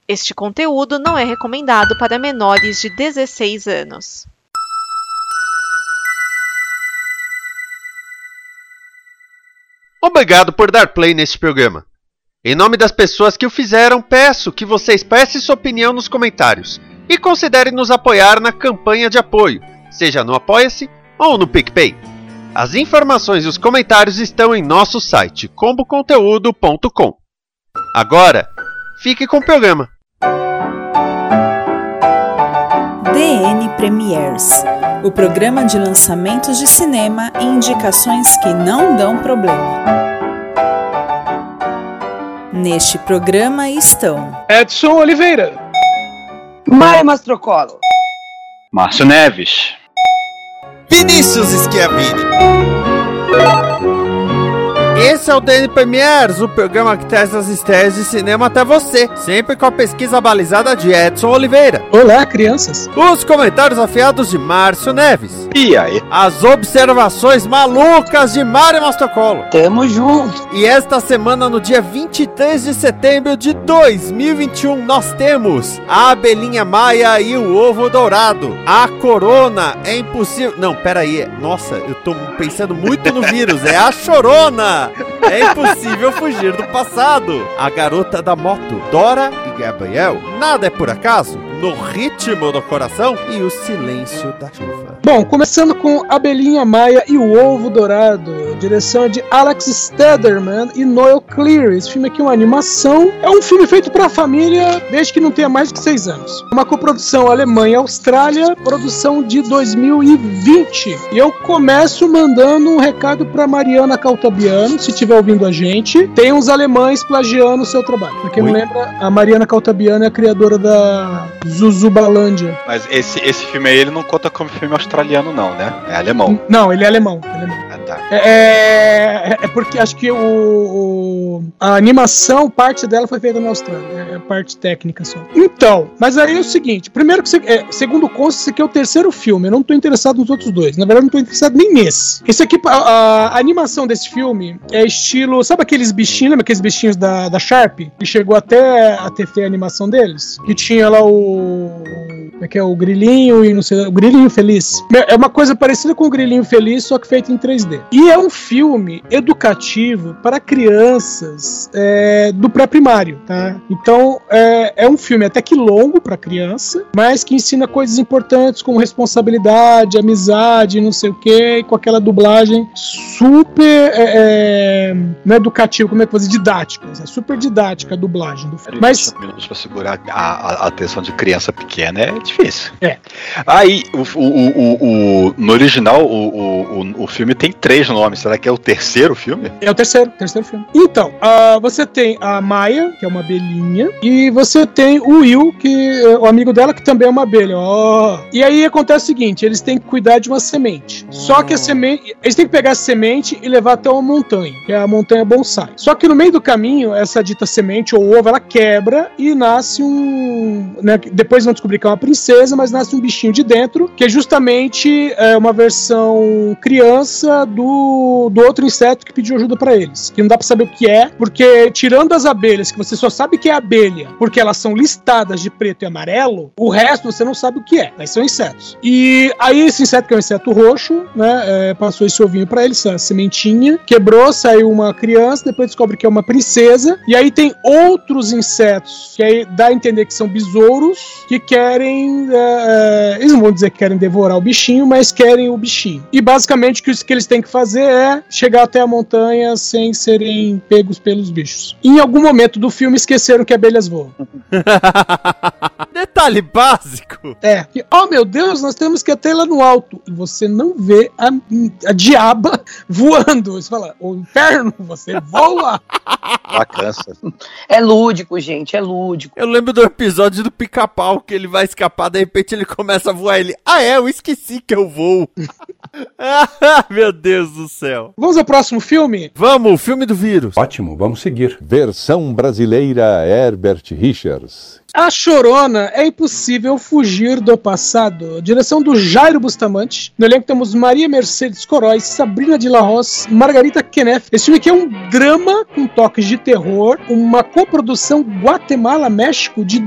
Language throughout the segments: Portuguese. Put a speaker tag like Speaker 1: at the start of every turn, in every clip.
Speaker 1: Este conteúdo não é recomendado para menores de 16 anos.
Speaker 2: Obrigado por dar play neste programa. Em nome das pessoas que o fizeram, peço que você expresse sua opinião nos comentários e considere nos apoiar na campanha de apoio, seja no Apoia-se ou no PicPay. As informações e os comentários estão em nosso site comboconteúdo.com. Agora, fique com o programa.
Speaker 3: DN Premiers, o programa de lançamentos de cinema e indicações que não dão problema. Neste programa estão
Speaker 4: Edson Oliveira,
Speaker 5: Maia Mastrocolo,
Speaker 6: Márcio Neves,
Speaker 7: Vinícius Schiavini. Esse é o DN Premiers, o programa que traz as estreias de cinema até você, sempre com a pesquisa balizada de Edson Oliveira.
Speaker 4: Olá, crianças.
Speaker 7: Os comentários afiados de Márcio Neves.
Speaker 6: E aí?
Speaker 7: As observações malucas de Mário Mastrocolo.
Speaker 5: Tamo junto.
Speaker 7: E esta semana, no dia 23 de setembro de 2021, nós temos a abelhinha Maia e o ovo dourado. A corona é impossível... Não, peraí. Nossa, eu tô pensando muito no vírus. É a chorona. É impossível fugir do passado. A garota da moto, Dora e Gabriel. Nada é por acaso. No ritmo do coração e o silêncio da chuva.
Speaker 4: Bom, começando com Abelhinha Maia e o Ovo Dourado, direção de Alex Stederman e Noel Cleary. Esse filme aqui é uma animação, é um filme feito pra família desde que não tenha mais de 6 anos. Uma coprodução Alemanha-Austrália, produção de 2020. E eu começo mandando um recado pra Mariana Caltabiano, se estiver ouvindo a gente. Tem uns alemães plagiando o seu trabalho. Pra quem não lembra, a Mariana Caltabiano é a criadora da Zuzubalândia.
Speaker 6: Mas esse filme aí, ele não conta como filme australiano não, né? É alemão.
Speaker 4: Não, ele é alemão.
Speaker 6: Ah, tá.
Speaker 4: É porque acho que a animação, parte dela foi feita na Austrália. É a parte técnica só. Então, mas aí é o seguinte. Primeiro que segundo consta, esse aqui é o terceiro filme. Eu não tô interessado nos outros dois. Na verdade, não tô interessado nem nesse. Esse aqui, a animação desse filme é estilo... Sabe aqueles bichinhos? Lembra aqueles bichinhos da Sharp? Que chegou até a ter a animação deles? Que tinha lá o grilinho e não sei, o grilinho feliz. É uma coisa parecida com o grilinho feliz, só que feito em 3D. E é um filme educativo para crianças do pré-primário, tá? Então é um filme até que longo para criança, mas que ensina coisas importantes como responsabilidade, amizade, não sei o que, com aquela dublagem super não é educativa, como é que eu vou dizer? Didática. É super didática a dublagem do filme. Mas
Speaker 6: minutos para segurar a atenção de criança pequena é difícil.
Speaker 4: É.
Speaker 6: Aí, no original, o filme tem 3 nomes. Será que é o terceiro filme?
Speaker 4: É o terceiro filme. Então, você tem a Maia, que é uma abelhinha, e você tem o Will, que é o amigo dela, que também é uma abelha. E aí acontece o seguinte, eles têm que cuidar de uma semente. Só que a semente... Eles têm que pegar a semente e levar até uma montanha, que é a montanha bonsai. Só que no meio do caminho, essa dita semente ou ovo, ela quebra e nasce depois vão descobrir que é uma princesa, mas nasce um bichinho de dentro, que é justamente uma versão criança do outro inseto que pediu ajuda pra eles. Que não dá pra saber o que é, porque tirando as abelhas, que você só sabe que é abelha, porque elas são listadas de preto e amarelo, o resto você não sabe o que é. Mas são insetos. E aí esse inseto, que é um inseto roxo, né, passou esse ovinho pra eles, essa sementinha, quebrou, saiu uma criança, depois descobre que é uma princesa, e aí tem outros insetos, que aí dá a entender que são besouros, que querem, eles não vão dizer que querem devorar o bichinho, mas querem o bichinho. E basicamente o que eles têm que fazer é chegar até a montanha sem serem pegos pelos bichos. E em algum momento do filme esqueceram que abelhas voam.
Speaker 7: Detalhe básico.
Speaker 4: Que, meu Deus, nós temos que ir até lá no alto. E você não vê a diaba voando. Você fala, o inferno, você voa.
Speaker 6: Cansa.
Speaker 5: É lúdico, gente, é lúdico.
Speaker 7: Eu lembro do episódio do Pica-Pau, que ele vai escapar, de repente ele começa a voar, ele... eu esqueci que eu voo. Meu Deus do céu.
Speaker 4: Vamos ao próximo filme?
Speaker 7: Vamos, o filme do vírus.
Speaker 8: Ótimo, vamos seguir. Versão brasileira Herbert Richards.
Speaker 4: A Chorona é impossível fugir do passado. Direção do Jairo Bustamante. No elenco temos Maria Mercedes Coroy, Sabrina de la Roz, Margarita Kenneth. Esse filme aqui é um drama com toques de terror, uma coprodução Guatemala-México de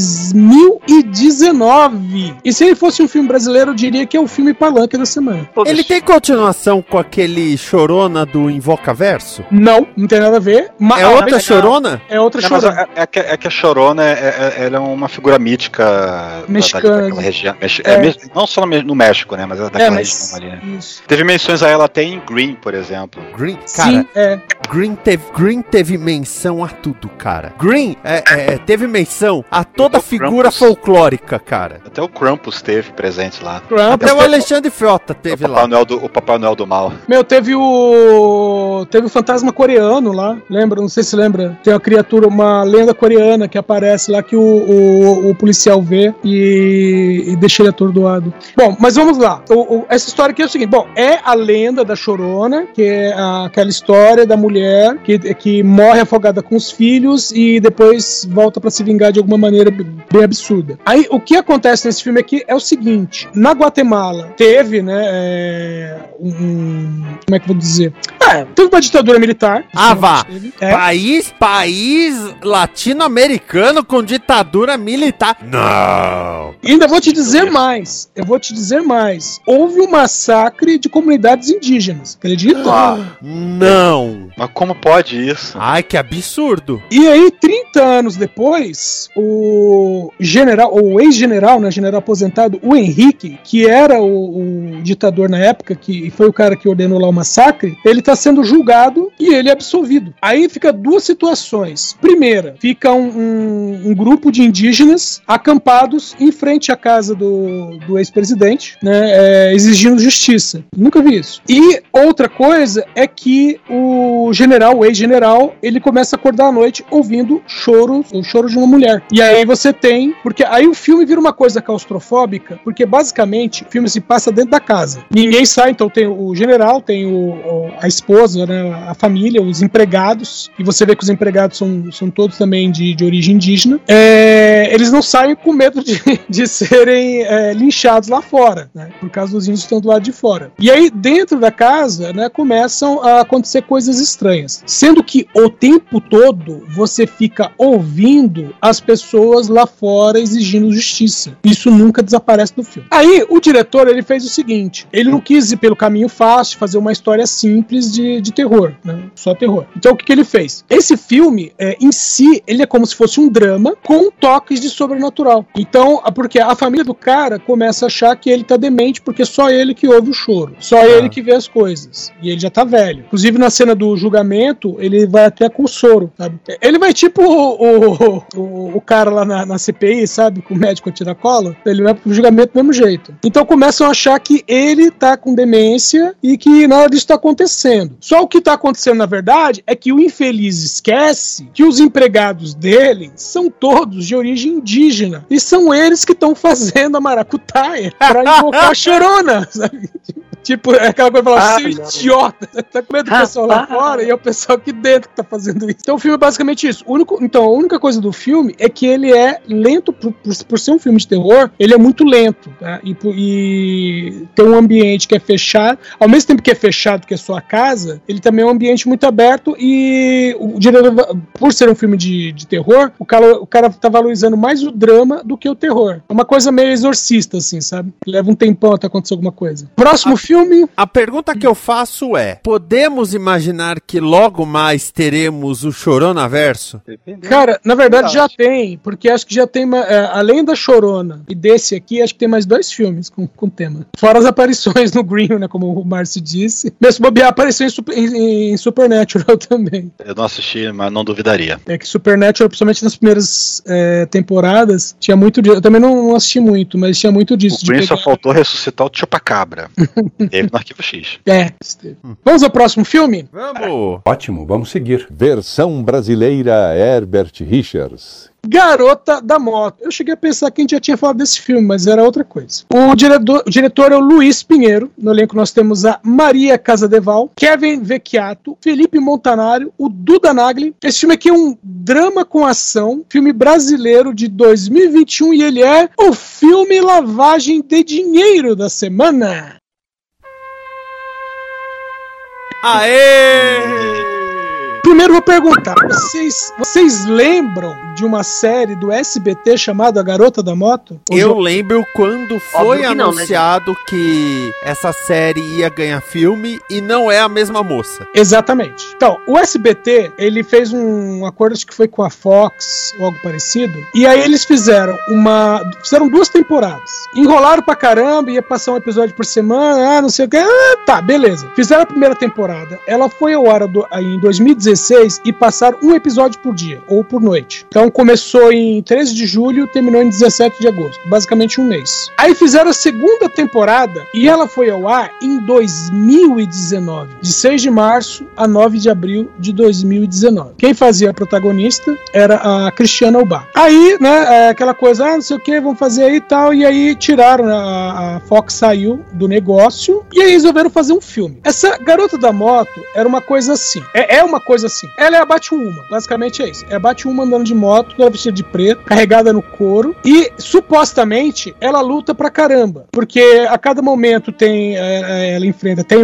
Speaker 4: 2019. E se ele fosse um filme brasileiro, eu diria que é o filme palanque da semana.
Speaker 7: Ele tem continuação com aquele Chorona do Invocaverso?
Speaker 4: Não tem nada a ver.
Speaker 7: É outra Chorona?
Speaker 4: É outra
Speaker 6: Não,
Speaker 4: Chorona.
Speaker 6: É que a Chorona ela é uma figura mítica
Speaker 4: Mexicana.
Speaker 6: daquela região. Não só no México, né? Mas daquela região ali, né?
Speaker 4: Isso.
Speaker 6: Teve menções a ela até em Green, por exemplo.
Speaker 7: Green? Cara,
Speaker 4: Sim,
Speaker 7: Green teve menção a tudo, cara. Green teve menção a toda figura
Speaker 6: Krampus.
Speaker 7: folclórica, cara.
Speaker 6: Até o Krampus teve presente lá.
Speaker 7: Até o Alexandre Frota teve lá.
Speaker 6: O Papai Noel do Mal.
Speaker 4: Meu, teve o fantasma coreano lá, lembra? Não sei se lembra. Tem uma criatura, uma lenda coreana que aparece lá que o policial vê e deixa ele atordoado. Bom, mas vamos lá. Essa história aqui é o seguinte, é a lenda da Chorona, que é aquela história da mulher que morre afogada com os filhos e depois volta pra se vingar de alguma maneira bem absurda. Aí, o que acontece nesse filme aqui é o seguinte, na Guatemala teve, né, como é que eu vou dizer? Teve uma ditadura militar.
Speaker 7: Vá. País latino-americano com ditadura militar. Não.
Speaker 4: E ainda vou te dizer mais. Houve um massacre de comunidades indígenas. Acredita?
Speaker 7: Não.
Speaker 6: Mas como pode isso?
Speaker 7: Ai, que absurdo.
Speaker 4: E aí, 30 anos depois, o ex-general, né, general aposentado, o Henrique, que era o ditador na época, que foi o cara que ordenou lá o massacre, ele tá sendo julgado e ele é absolvido. Aí fica duas situações. Primeira, fica um grupo de indígenas acampados em frente à casa do ex-presidente, né, exigindo justiça. Nunca vi isso. E outra coisa é que o ex-general, ele começa a acordar à noite ouvindo o choro de uma mulher. E aí você tem, porque aí o filme vira uma coisa claustrofóbica, porque basicamente o filme se passa dentro da casa. Ninguém sai, então tem o general, tem a esposa, né, a família, os empregados, e você vê que os empregados são todos também de origem indígena. Eles não saem com medo de serem linchados lá fora, né, por causa dos índios que estão do lado de fora. E aí dentro da casa, né, começam a acontecer coisas estranhas, sendo que o tempo todo você fica ouvindo as pessoas lá fora exigindo justiça. Isso nunca desaparece do filme. Aí o diretor, ele fez o seguinte, ele não quis ir pelo caminho fácil, fazer uma história simples de terror, né? Só terror. Então o que ele fez? Esse filme, em si, ele é como se fosse um drama com toques de sobrenatural. Então, porque a família do cara começa a achar que ele tá demente porque só ele que ouve o choro, só ele que vê as coisas. E ele já tá velho. Inclusive na cena do julgamento, ele vai até com o soro, sabe? Ele vai tipo o cara lá na CPI, sabe? Com o médico tiracolo. Ele vai pro julgamento do mesmo jeito. Então começam a achar que ele tá com demência e que nada disso tá acontecendo. Só o que tá acontecendo, na verdade, é que o infeliz esquece que os empregados dele são todos de origem indígena. E são eles que estão fazendo a maracutaia pra invocar a Chorona, sabe? Tipo, é aquela coisa de falar, seu idiota, tá com medo do pessoal lá fora e é o pessoal aqui dentro que tá fazendo isso. Então o filme é basicamente isso. Então a única coisa do filme é que ele é lento, por ser um filme de terror, ele é muito lento, tá? E tem um ambiente que é fechado, ao mesmo tempo que é fechado, que é sua casa, ele também é um ambiente muito aberto e o diretor, por ser um filme de terror, o cara tá valorizando mais o drama do que o terror. É uma coisa meio exorcista, assim, sabe? Leva um tempão até acontecer alguma coisa. Próximo filme.
Speaker 7: A pergunta que eu faço é: podemos imaginar que logo mais teremos o Choronaverso?
Speaker 4: Cara, na verdade já tem, porque acho que já tem, além da Chorona e desse aqui, acho que tem mais 2 filmes com tema. Fora as aparições no Green, né, como o Márcio disse. Mesmo bobear, apareceu em Supernatural também.
Speaker 6: Eu não assisti, mas não duvidaria.
Speaker 4: É que Supernatural, principalmente nas primeiras temporadas, tinha muito disso. Eu também não assisti muito, mas tinha muito disso.
Speaker 6: O Green só faltou ressuscitar o Chupacabra. Teve no Arquivo X.
Speaker 4: Esteve. Vamos ao próximo filme?
Speaker 7: Vamos!
Speaker 8: Ótimo, vamos seguir. Versão brasileira Herbert Richards.
Speaker 4: Garota da Moto. Eu cheguei a pensar que a gente já tinha falado desse filme, mas era outra coisa. O diretor é o Luiz Pinheiro. No elenco nós temos a Maria Casadeval, Kevin Vecchiato, Felipe Montanaro, o Duda Nagli. Esse filme aqui é um drama com ação, filme brasileiro de 2021 e ele é o filme lavagem de dinheiro da semana.
Speaker 7: Aê!
Speaker 4: Primeiro vou perguntar, vocês lembram de uma série do SBT chamada A Garota da Moto?
Speaker 7: Eu lembro quando foi
Speaker 5: Óbvio que não, né,
Speaker 7: anunciado que essa série ia ganhar filme e não é a mesma moça.
Speaker 4: Exatamente. Então, o SBT, ele fez um acordo, acho que foi com a Fox ou algo parecido, e aí eles fizeram 2 temporadas. Enrolaram pra caramba, ia passar um episódio por semana, não sei o que. Tá, beleza. Fizeram a primeira temporada, ela foi ao ar em 2016 e passaram um episódio por dia, ou por noite. Então começou em 13 de julho, terminou em 17 de agosto. Basicamente um mês. Aí fizeram a segunda temporada e ela foi ao ar em 2019. De 6 de março a 9 de abril de 2019. Quem fazia a protagonista era a Cristiana Ubá. Aí, né, aquela coisa, não sei o que, vamos fazer aí e tal. E aí tiraram, a Fox saiu do negócio e aí resolveram fazer um filme. Essa Garota da Moto era uma coisa assim. É uma coisa assim. Ela é a Batwoman, basicamente é isso. É a Batwoman andando de moto, toda vestida de preto, carregada no couro, e supostamente ela luta pra caramba, porque a cada momento ela enfrenta, tem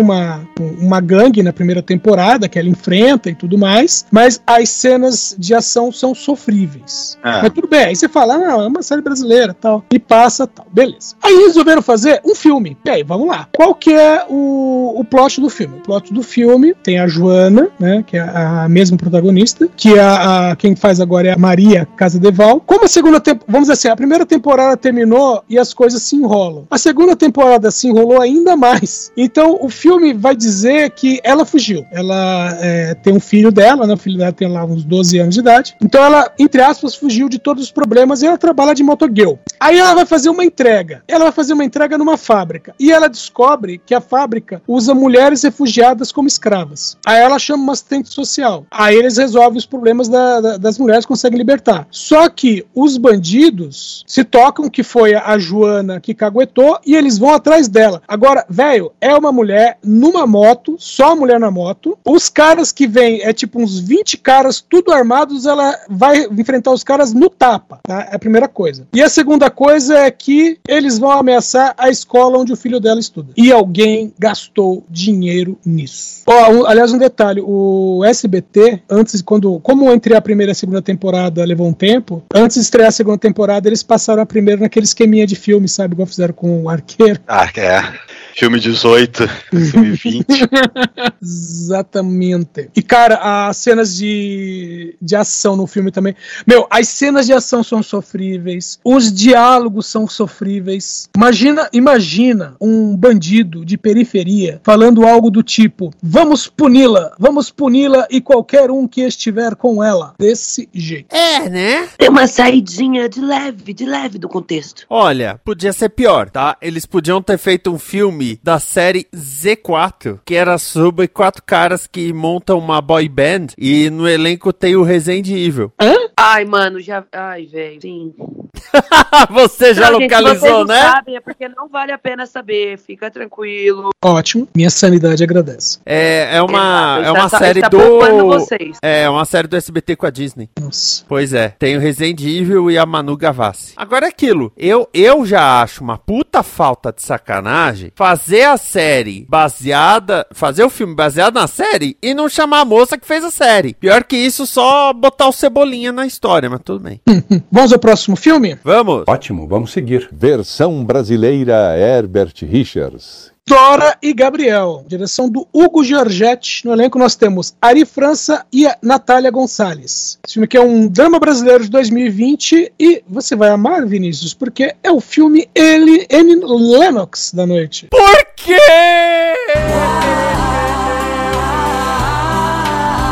Speaker 4: uma gangue na primeira temporada que ela enfrenta e tudo mais, mas as cenas de ação são sofríveis. Mas tudo bem, aí você fala, não, é uma série brasileira, tal, e passa, tal, beleza. Aí resolveram fazer um filme. E aí, vamos lá. Qual que é o plot do filme? O plot do filme tem a Joana, né, que é a mesma protagonista, que quem faz agora é a Maria Casadeval. Como a segunda temporada, vamos dizer assim, a primeira temporada terminou e as coisas se enrolam. A segunda temporada se enrolou ainda mais. Então o filme vai dizer que ela fugiu. Ela tem um filho dela, né? O filho dela tem lá uns 12 anos de idade. Então ela, entre aspas, fugiu de todos os problemas e ela trabalha de motogueu. Aí ela vai fazer uma entrega. Ela vai fazer uma entrega numa fábrica. E ela descobre que a fábrica usa mulheres refugiadas como escravas. Aí ela chama uma assistente social. Aí eles resolvem os problemas das mulheres, conseguem libertar. Só que os bandidos se tocam que foi a Joana que caguetou e eles vão atrás dela. Agora, velho, é uma mulher numa moto, só a mulher na moto. Os caras que vêm, é tipo uns 20 caras, tudo armados, ela vai enfrentar os caras no tapa, tá? É a primeira coisa. E a segunda coisa é que eles vão ameaçar a escola onde o filho dela estuda. E alguém gastou dinheiro nisso. Aliás, um detalhe, o SBT, antes, como entre a primeira e a segunda temporada levou um tempo, antes de estrear a segunda temporada, eles passaram a primeira naquele esqueminha de filme, sabe? Igual fizeram com o Arqueiro.
Speaker 6: Filme 18, filme 20.
Speaker 4: Exatamente. E, cara, as cenas de ação no filme também. Meu, as cenas de ação são sofríveis, os diálogos são sofríveis. Imagina um bandido de periferia falando algo do tipo, vamos puni-la e qualquer um que estiver com ela. Desse jeito.
Speaker 7: É, né?
Speaker 5: Tem uma saidinha de leve do contexto.
Speaker 7: Olha, podia ser pior, tá? Eles podiam ter feito um filme da série Z4, que era sobre 4 caras que montam uma boy band e no elenco tem o Resident Evil.
Speaker 5: Ai, mano, ai, velho, sim.
Speaker 7: Você já
Speaker 5: não,
Speaker 7: localizou,
Speaker 5: gente, vocês não
Speaker 7: né?
Speaker 5: sabem, é porque não vale a pena saber, fica tranquilo.
Speaker 4: Ótimo, minha sanidade agradece.
Speaker 7: É uma série É uma série do SBT com a Disney.
Speaker 4: Nossa.
Speaker 7: Pois é, tem o Resident Evil e a Manu Gavassi. Agora é aquilo, eu já acho uma puta falta de sacanagem fazer o filme baseado na série e não chamar a moça que fez a série. Pior que isso, só botar o Cebolinha na história, mas tudo bem.
Speaker 4: Vamos ao próximo filme?
Speaker 7: Vamos!
Speaker 8: Ótimo, vamos seguir. Versão brasileira Herbert Richards.
Speaker 4: Dora e Gabriel, direção do Hugo Giorgetti. No elenco nós temos Ari França e a Natália Gonçalves. Esse filme aqui é um drama brasileiro de 2020 e você vai amar, Vinícius, porque é o filme Annie Lennox da noite.
Speaker 7: Por quê?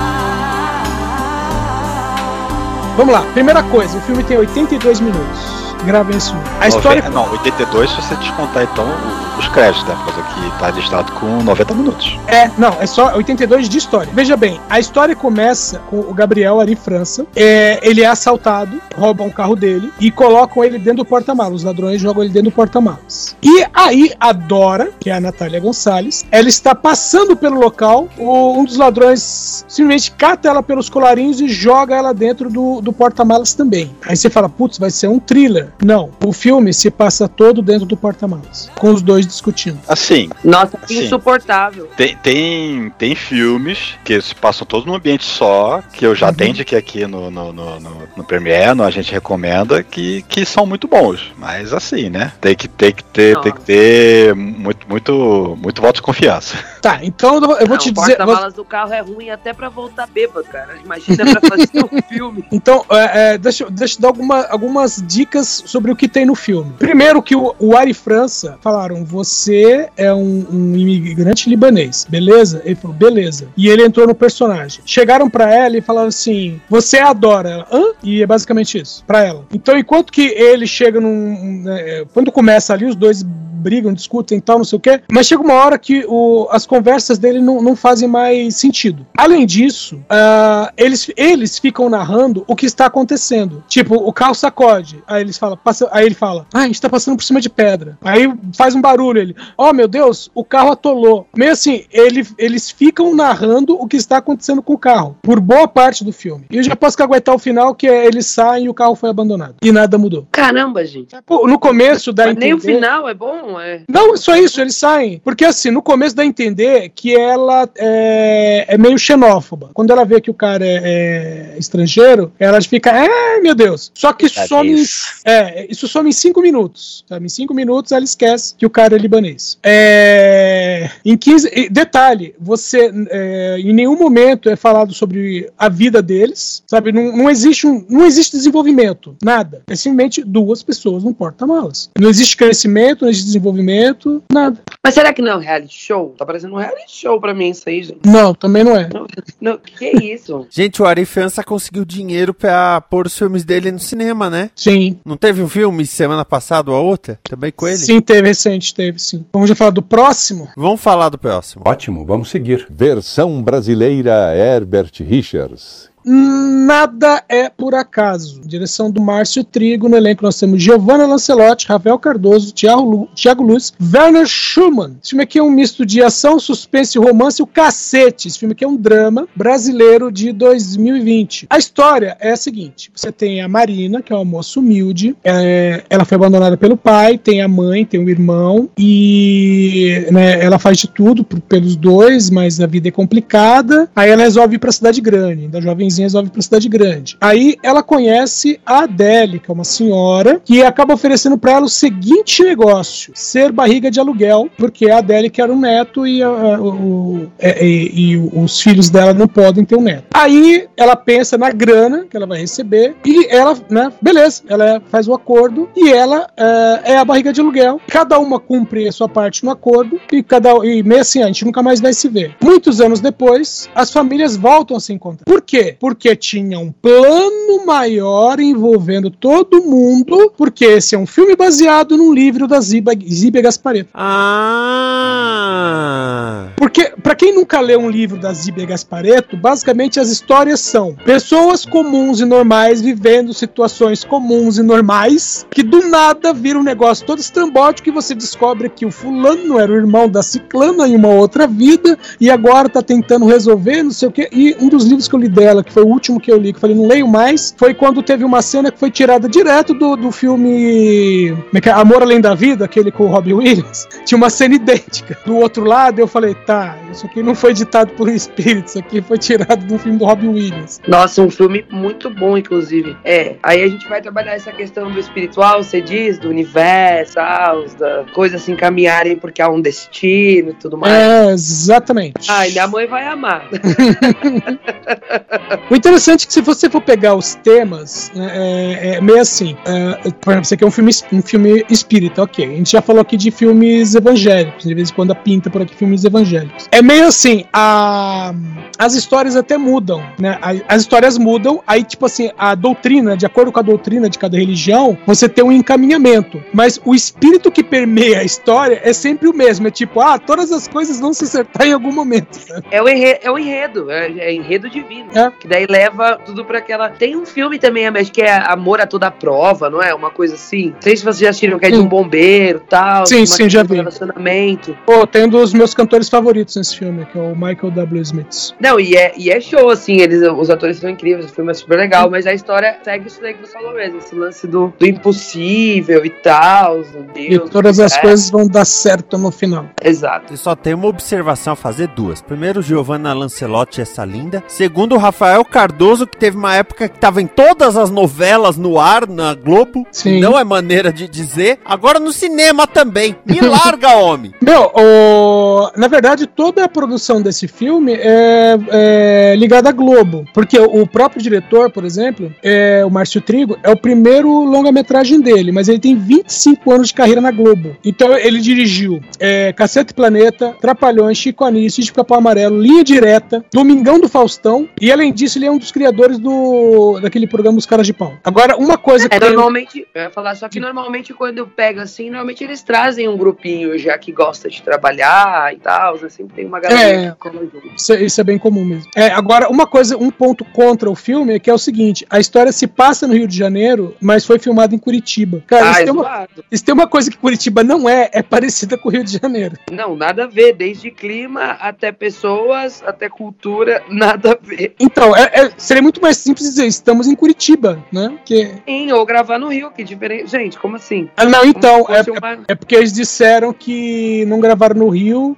Speaker 4: Vamos lá, primeira coisa, o filme tem 82 minutos. Gravem isso. A história...
Speaker 6: Não, 82 se você descontar então os créditos, né? Por causa que tá listado com 90 minutos.
Speaker 4: É só 82 de história. Veja bem, a história começa com o Gabriel Ari França. Ele é assaltado, roubam o carro dele e colocam ele dentro do porta-malas. Os ladrões jogam ele dentro do porta-malas. E aí a Dora, que é a Natália Gonçalves, ela está passando pelo local, um dos ladrões simplesmente cata ela pelos colarinhos e joga ela dentro do porta-malas também. Aí você fala, putz, vai ser um thriller. Não, o filme se passa todo dentro do porta-malas, com os dois discutindo.
Speaker 6: Assim.
Speaker 5: Nossa, insuportável.
Speaker 6: Tem filmes que se passam todos num ambiente só, que eu já tenho que aqui no Premiere, a gente recomenda, que são muito bons. Mas assim, né? Tem que ter muito voto de confiança.
Speaker 4: Tá, então eu vou te dizer...
Speaker 5: O porta-malas do carro é ruim até pra voltar bêbado, cara. Imagina pra fazer um filme.
Speaker 4: Então, deixa eu dar algumas dicas sobre o que tem no filme. Primeiro que o Ari França falaram, você é um imigrante libanês, beleza? Ele falou, beleza. E ele entrou no personagem. Chegaram pra ela e falaram assim, você é a Dora. Ela, hã? E é basicamente isso, pra ela. Então, enquanto que ele chega quando começa ali, os dois brigam, discutem e tal, não sei o quê, mas chega uma hora que as conversas dele não fazem mais sentido. Além disso, eles ficam narrando o que está acontecendo. Tipo, o carro sacode, aí ele fala, a gente tá passando por cima de pedra. Aí faz um barulho, ele, meu Deus, o carro atolou. Meio assim, eles ficam narrando o que está acontecendo com o carro, por boa parte do filme. E eu já posso caguetar o final, que eles saem e o carro foi abandonado. E nada mudou.
Speaker 5: Caramba, gente.
Speaker 4: No começo dá a entender...
Speaker 5: Nem o final é bom,
Speaker 4: Não, é só isso, eles saem. Porque assim, no começo dá a entender que ela é meio xenófoba. Quando ela vê que o cara é estrangeiro, ela fica, meu Deus. Só que isso some em 5 minutos. Sabe? Em 5 minutos ela esquece que o cara é libanês. Em 15... Detalhe, você em nenhum momento é falado sobre a vida deles, sabe? Não existe desenvolvimento, nada. É simplesmente duas pessoas no porta-malas. Não existe crescimento, não existe desenvolvimento, nada.
Speaker 5: Mas será que não é um reality show? Tá parecendo um reality show pra mim isso aí, gente.
Speaker 4: Não, também não é.
Speaker 5: Não, que é isso?
Speaker 7: Gente, o Ari França conseguiu dinheiro pra pôr os filmes dele no cinema, né?
Speaker 4: Sim.
Speaker 7: Não teve um filme semana passada ou a outra? Também com ele?
Speaker 4: Sim, teve sim. Vamos já falar do próximo?
Speaker 7: Vamos falar do próximo.
Speaker 8: Ótimo, vamos seguir. Versão brasileira Herbert Richards.
Speaker 4: Nada é por acaso. Direção do Márcio Trigo. No elenco nós temos Giovanna Lancelotti, Rafael Cardoso, Thiago Luz, Werner Schumann. Esse filme aqui é um misto de ação, suspense e romance, o cacete. Esse filme aqui é um drama brasileiro de 2020. A história é a seguinte. Você tem a Marina, que é uma moça humilde. Ela foi abandonada pelo pai, tem a mãe, tem o irmão. E ela faz de tudo pelos dois, mas a vida é complicada. Aí ela resolve ir pra cidade grande. Da jovenzinha resolve ir pra cidade grande. Aí ela conhece a Adele, que é uma senhora, que acaba oferecendo pra ela o seguinte negócio: ser barriga de aluguel, porque a Adele quer um neto e os filhos dela não podem ter um neto. Aí ela pensa na grana que ela vai receber e ela, beleza, ela faz o acordo e ela é a barriga de aluguel. Cada uma cumpre a sua parte no acordo e meio assim, a gente nunca mais vai se ver. Muitos anos depois, as famílias voltam a se encontrar. Por quê? Porque tinha um plano maior envolvendo todo mundo, porque esse é um filme baseado num livro da Zíbia Gasparetto. Porque, pra quem nunca leu um livro da Zíbia Gasparetto, basicamente as histórias são pessoas comuns e normais vivendo situações comuns e normais, que do nada vira um negócio todo estrambótico e você descobre que o fulano era o irmão da ciclana em uma outra vida e agora tá tentando resolver, não sei o quê. E um dos livros que eu li dela, que foi o último que eu li, que eu falei, não leio mais, foi quando teve uma cena que foi tirada direto do filme Amor Além da Vida, aquele com o Robin Williams. Tinha uma cena idêntica. Do outro lado, eu falei, tá, isso aqui não foi ditado por um espírito, isso aqui foi tirado do filme do Robin Williams.
Speaker 5: Nossa, um filme muito bom, inclusive. Aí a gente vai trabalhar essa questão do espiritual, você diz, do universo, da coisas se encaminharem porque há um destino e tudo mais.
Speaker 4: Exatamente.
Speaker 5: Ai, minha mãe vai amar.
Speaker 4: O interessante é que se você for pegar os temas, é meio assim, por exemplo, você quer um filme espírita, ok. A gente já falou aqui de filmes evangélicos, de vez em quando pinta por aqui filmes evangélicos. É meio assim, a as histórias até mudam, né? As histórias mudam, aí, tipo assim, a doutrina, de acordo com a doutrina de cada religião, você tem um encaminhamento. Mas o espírito que permeia a história é sempre o mesmo. É tipo, todas as coisas vão se acertar em algum momento. Né?
Speaker 5: É o enredo, é enredo divino.
Speaker 4: É.
Speaker 5: Que daí leva tudo pra aquela... Tem um filme também, acho que é Amor a Toda Prova, não é? Uma coisa assim. Não sei se vocês já assistiram, que é de um bombeiro e tal.
Speaker 4: Sim, já vi.
Speaker 5: Relacionamento.
Speaker 4: Pô, tem um dos meus cantores favoritos nesse filme, que é o Michael W. Smith.
Speaker 5: Não, e é show, assim, os atores são incríveis, o filme é super legal, mas a história segue isso daí que você falou mesmo, esse lance do impossível e tal, Deus.
Speaker 4: E todas as coisas vão dar certo no final.
Speaker 5: Exato.
Speaker 7: Eu só tenho uma observação a fazer, duas. Primeiro, Giovanna Lancelotti, essa linda. Segundo, o Rafael Cardoso, que teve uma época que tava em todas as novelas no ar, na Globo.
Speaker 4: Sim.
Speaker 7: Não é maneira de dizer. Agora no cinema também. Me larga, homem.
Speaker 4: Meu, na verdade, toda a produção desse filme é ligada à Globo. Porque o próprio diretor, por exemplo, o Márcio Trigo, é o primeiro longa-metragem dele, mas ele tem 25 anos de carreira na Globo. Então ele dirigiu Cacete Planeta, Trapalhões, Chico Anísio, Sítio Capão Amarelo, Linha Direta, Domingão do Faustão, e além disso ele é um dos criadores daquele programa Os Caras de Pau. Agora, uma coisa que
Speaker 5: normalmente, eu ia falar, só que normalmente quando pega assim, normalmente eles trazem um grupinho já que gosta de trabalhar e tal, sempre tem uma galera que come junto.
Speaker 4: Isso é bem comum mesmo. Agora, um ponto contra o filme é que é o seguinte, a história se passa no Rio de Janeiro, mas foi filmada em Curitiba. Cara, isso tem uma coisa que Curitiba não é parecida com o Rio de Janeiro.
Speaker 5: Não, nada a ver, desde clima até pessoas, até cultura, nada a ver.
Speaker 4: Então, seria muito mais simples dizer, estamos em Curitiba, né?
Speaker 5: Sim, ou gravar no Rio, que diferente. Gente, como assim?
Speaker 4: Não, então, é porque eles disseram que não gravaram no Rio,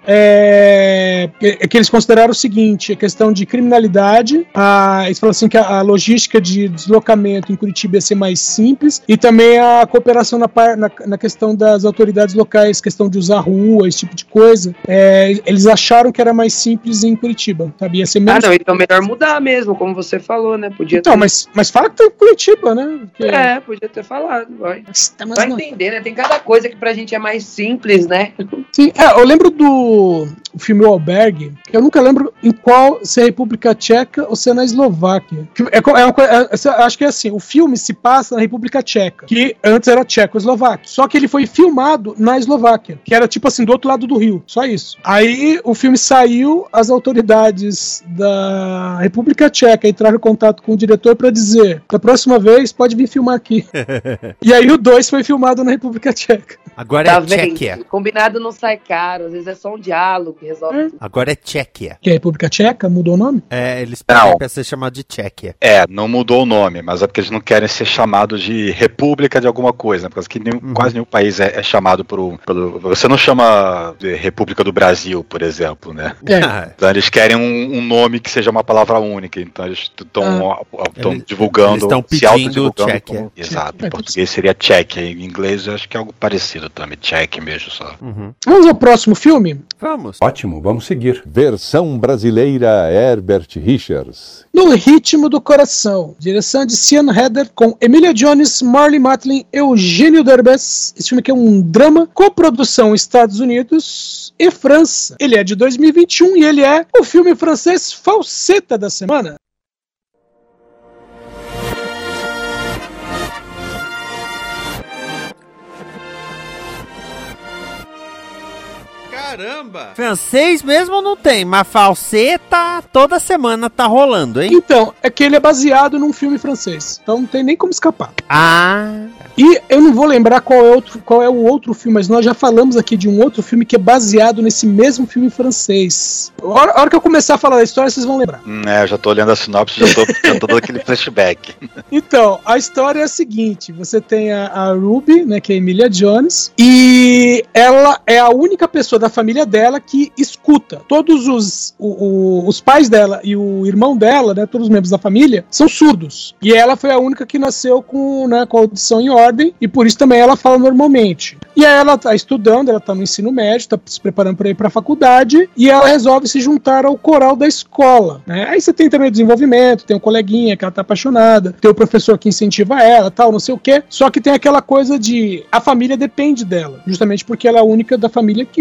Speaker 4: que eles consideraram o seguinte, a questão de criminalidade, eles falaram assim que a logística de deslocamento em Curitiba ia ser mais simples, e também a cooperação na questão das autoridades locais, questão de usar rua, esse tipo de coisa, eles acharam que era mais simples em Curitiba, sabe? Ia ser menos...
Speaker 5: então melhor mudar mesmo, como você falou, né?
Speaker 4: Então, mas fala que tá em Curitiba, né?
Speaker 5: Podia ter falado, vai entender, né? Tem cada coisa que pra gente é mais simples, né?
Speaker 4: Sim, eu lembro do filme O Albergue, que eu nunca lembro em qual, se é República Tcheca ou se é na Eslováquia. Acho que é assim, o filme se passa na República Tcheca, que antes era Tchecoslováquia, só que ele foi filmado na Eslováquia, que era tipo assim, do outro lado do rio, só isso. Aí o filme saiu, as autoridades da República Tcheca entraram em contato com o diretor pra dizer, da próxima vez pode vir filmar aqui. E aí o 2 foi filmado na República Tcheca.
Speaker 7: Agora é Tchequia.
Speaker 5: Combinado não sai caro, às vezes é só um diálogo que resolve tudo.
Speaker 7: Agora é Tchequia.
Speaker 4: Que é a República Tcheca? Mudou o nome?
Speaker 7: Eles pedem pra ser chamado de Tchequia.
Speaker 6: Não mudou o nome, mas é porque eles não querem ser chamados de República de alguma coisa, né? Porque quase nenhum país é chamado pelo... Você não chama de República do Brasil, por exemplo, né? Então eles querem um nome que seja uma palavra única, então eles estão divulgando,
Speaker 7: eles estão
Speaker 6: se autodivulgando
Speaker 7: Tchequia.
Speaker 6: Exato, em português seria Tchequia, em inglês eu acho que é algo parecido também, Tchequia mesmo só.
Speaker 4: Vamos ao próximo filme?
Speaker 7: Vamos.
Speaker 8: Ótimo, vamos seguir. Versão brasileira Herbert Richards.
Speaker 4: No Ritmo do Coração, direção de Sian Heder, com Emilia Jones, Marlee Matlin, Eugênio Derbez. Esse filme aqui é um drama, coprodução Estados Unidos e França. Ele é de 2021 e ele é o filme francês Falseta da semana.
Speaker 7: Caramba! Francês mesmo não tem, mas Falseta toda semana tá rolando, hein?
Speaker 4: Então, é que ele é baseado num filme francês, então não tem nem como escapar.
Speaker 7: Ah...
Speaker 4: E eu não vou lembrar qual é o outro filme, mas nós já falamos aqui de um outro filme que é baseado nesse mesmo filme francês. A hora que eu começar a falar da história, vocês vão lembrar.
Speaker 6: Eu já tô olhando a sinopse, já tô dando aquele flashback.
Speaker 4: Então, a história é a seguinte, você tem a Ruby, né, que é a Emilia Jones, e ela é a única pessoa da família dela que escuta. Todos os pais dela e o irmão dela, né, todos os membros da família, são surdos. E ela foi a única que nasceu com a audição em ordem, e por isso também ela fala normalmente. E aí ela tá estudando, ela tá no ensino médio, tá se preparando para ir pra faculdade, e ela resolve se juntar ao coral da escola, né? Aí você tem também o desenvolvimento, tem um coleguinha que ela tá apaixonada, tem o professor que incentiva ela, tal, não sei o quê, só que tem aquela coisa de a família depende dela, justamente porque ela é a única da família que ouve.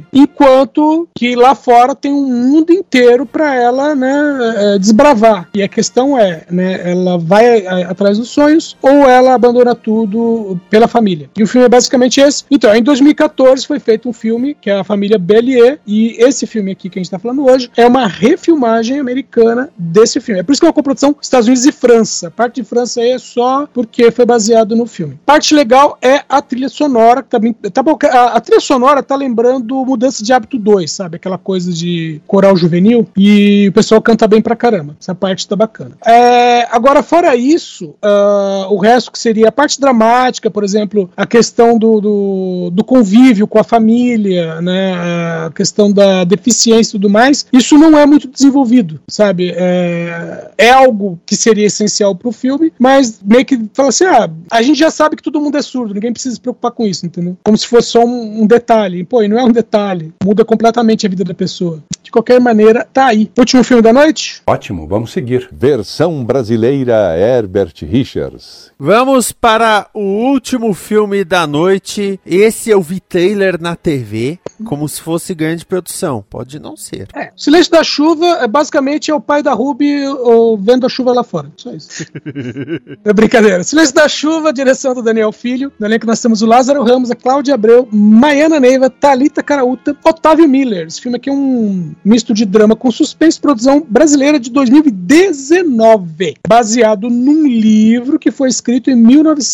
Speaker 4: personagem. Enquanto que lá fora tem um mundo inteiro para ela, né, desbravar. E a questão é, né, ela vai atrás dos sonhos ou ela abandona tudo pela família. E o filme é basicamente esse. Então, em 2014 foi feito um filme que é A Família Bélier, e esse filme aqui que a gente está falando hoje é uma refilmagem americana desse filme. É por isso que é uma coprodução Estados Unidos e França. A parte de França aí é só porque foi baseado no filme. Parte legal é a trilha sonora, que também tá bom, a trilha sonora tá lembrando Mudança de Hábito 2, sabe? Aquela coisa de coral juvenil, e o pessoal canta bem pra caramba. Essa parte tá bacana. Agora, fora isso, o resto que seria a parte dramática, por exemplo, a questão do convívio com a família, né? A questão da deficiência e tudo mais, isso não é muito desenvolvido, sabe? É algo que seria essencial pro filme, mas meio que fala assim, a gente já sabe que todo mundo é surdo, ninguém precisa se preocupar com isso, entendeu? Como se fosse só um detalhe. Pô, e não é um detalhe, muda completamente a vida da pessoa. De qualquer maneira, tá aí. Último filme da noite?
Speaker 8: Ótimo, vamos seguir. Versão brasileira Herbert Richards.
Speaker 7: Vamos para o último filme da noite. Esse eu vi trailer na TV, como se fosse grande produção. Pode não ser.
Speaker 4: Silêncio da Chuva basicamente é o pai da Ruby vendo a chuva lá fora. Só isso. É brincadeira. Silêncio da Chuva, direção do Daniel Filho. No elenco nós temos o Lázaro Ramos, a Cláudia Abreu, Maiana Neiva, Thalita Caraúta, Otávio Miller. Esse filme aqui é um misto de drama com suspense, produção brasileira de 2019, baseado num livro que foi escrito em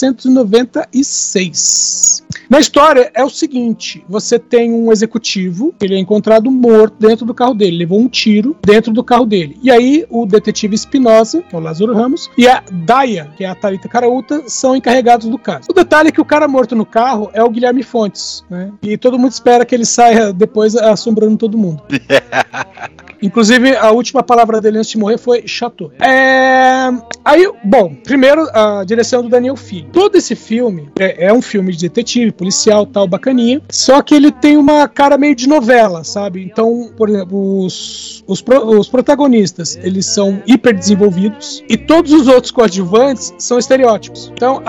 Speaker 4: 1996. Na história é o seguinte, você tem um executivo, ele é encontrado morto dentro do carro dele, levou um tiro dentro do carro dele. E aí o detetive Espinosa, que é o Lázaro Ramos, e a Daia, que é a Thalita Caraúta, são encarregados do caso. O detalhe é que o cara morto no carro é o Guilherme Fontes, né? E todo mundo espera que ele saia depois assombrando todo mundo. Inclusive, a última palavra dele antes de morrer foi chateau. Aí, bom, primeiro a direção do Daniel Filho. Todo esse filme é um filme de detetive, policial, tal, bacaninha, só que ele tem uma cara meio de novela, sabe? Então, por exemplo, os protagonistas, eles são hiper desenvolvidos e todos os outros coadjuvantes são estereótipos. Então,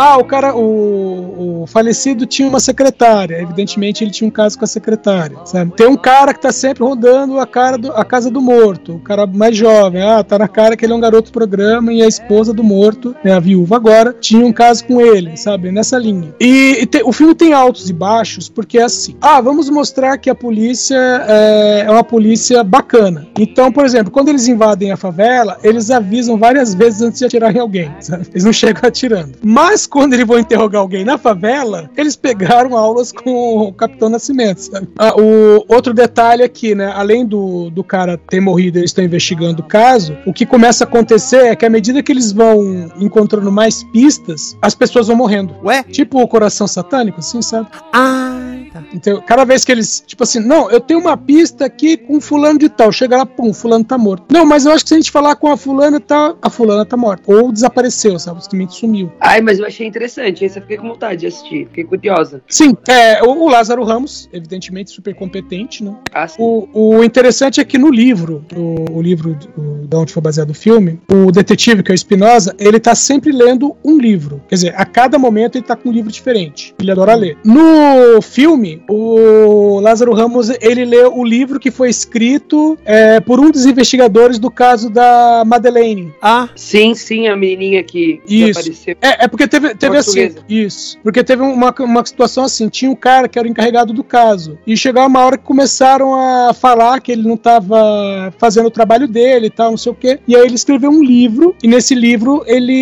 Speaker 4: o falecido tinha uma secretária, evidentemente ele tinha um caso com a secretária, sabe? Tem um cara que tá sempre rodando a casa do morto, o cara mais jovem, tá na cara que ele é um garoto programa e a esposa do morto, né, a viúva agora, tinha um caso com ele, sabe, nessa linha. O filme tem altos e baixos, porque é assim, vamos mostrar que a polícia é uma polícia bacana. Então, por exemplo, quando eles invadem a favela, eles avisam várias vezes antes de atirar em alguém, sabe? Eles não chegam atirando. Mas quando eles vão interrogar alguém na favela, eles pegaram aulas com o Capitão Nascimento, sabe? O outro detalhe aqui, né, além do cara ter morrido, eles estão investigando o caso, o que começa a acontecer é que à medida que eles vão encontrando mais pistas, as pessoas vão morrendo.
Speaker 7: Ué?
Speaker 4: Tipo o Coração Satânico, assim, sabe?
Speaker 7: Tá.
Speaker 4: Então, cada vez que eles, tipo assim, não, eu tenho uma pista aqui com fulano de tal, chega lá, pum, fulano tá morto. Não, mas eu acho que se a gente falar com a fulana tá morta. Ou desapareceu, sabe? Simplesmente sumiu.
Speaker 5: Mas eu achei interessante, esse eu fiquei com vontade de assistir, fiquei curiosa.
Speaker 4: Sim, o Lázaro Ramos, evidentemente super competente, né?
Speaker 5: Sim.
Speaker 4: O interessante é que no livro, o livro da onde foi baseado o filme, o detetive, que é o Espinosa, ele tá sempre lendo um livro. Quer dizer, a cada momento ele tá com um livro diferente. Ele adora ler. No filme, o Lázaro Ramos, ele lê o livro que foi escrito por um dos investigadores do caso da Madeleine.
Speaker 5: Sim, a menininha que apareceu.
Speaker 4: Porque teve assim, isso. Porque teve uma situação assim, tinha um cara que era o encarregado do caso, e chegava uma hora que começaram a falar que ele não tava fazendo o trabalho dele e tal, não sei o quê, e aí ele escreveu um livro, e nesse livro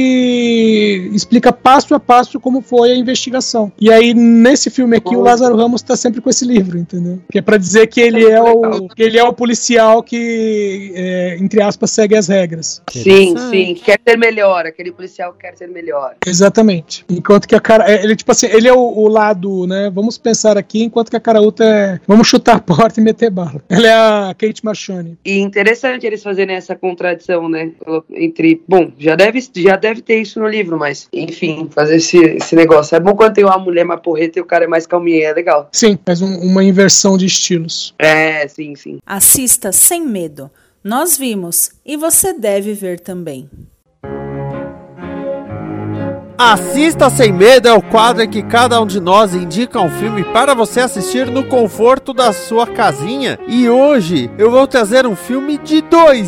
Speaker 4: ele explica passo a passo como foi a investigação. E aí nesse filme aqui o Lázaro Ramos tá sempre com esse livro, entendeu? Que é pra dizer que ele é o policial que, entre aspas, segue as regras.
Speaker 5: Sim, quer ser melhor, aquele policial quer ser melhor.
Speaker 4: Exatamente. Enquanto que a cara, ele tipo assim, ele é o lado, né, vamos pensar aqui, enquanto que a Caraúta vamos chutar a porta e meter bala. Ela é a Kate Machone.
Speaker 5: E interessante eles fazerem essa contradição, né, entre, bom, já deve ter isso no livro, mas, enfim, fazer esse negócio. É bom quando tem uma mulher mais porreta e o cara é mais calminha, é legal.
Speaker 4: Sim, faz uma inversão de estilos.
Speaker 5: Sim.
Speaker 3: Assista sem medo. Nós vimos e você deve ver também.
Speaker 7: Assista Sem Medo é o quadro em que cada um de nós indica um filme para você assistir no conforto da sua casinha. E hoje eu vou trazer um filme de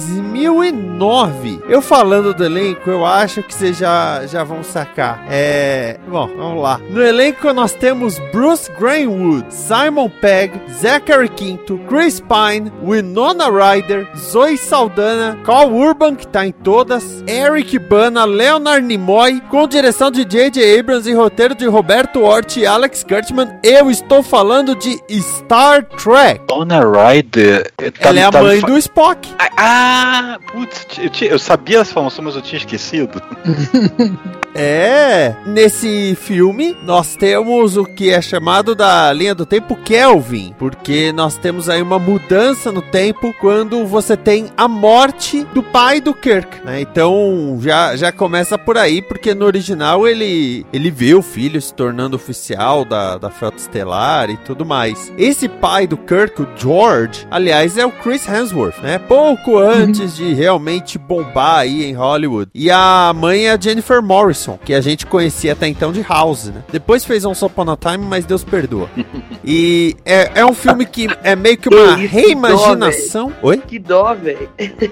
Speaker 7: 2009. Eu falando do elenco, eu acho que vocês já vão sacar. Bom, vamos lá. No elenco nós temos Bruce Greenwood, Simon Pegg, Zachary Quinto, Chris Pine, Winona Ryder, Zoe Saldana, Carl Urban, que tá em todas, Eric Bana, Leonard Nimoy, com direção de J.J. Abrams e roteiro de Roberto Hort e Alex Kurtzman. Eu estou falando de Star Trek.
Speaker 6: Winona Ryder...
Speaker 7: Ela é a mãe do Spock.
Speaker 6: Putz, eu sabia essa informação, mas eu tinha esquecido.
Speaker 7: Nesse filme nós temos o que é chamado da linha do tempo Kelvin, porque nós temos aí uma mudança no tempo quando você tem a morte do pai do Kirk, né? Então já começa por aí, porque no original ele vê o filho se tornando oficial da Frota Estelar e tudo mais. Esse pai do Kirk, o George, aliás, é o Chris Hemsworth, né? Pouco antes de realmente bombar aí em Hollywood. E a mãe é a Jennifer Morrison, que a gente conhecia até então de House, né? Depois fez Once Upon a Time, mas Deus perdoa. E é um filme que é meio que uma reimaginação... Oi?
Speaker 5: Que dó, velho.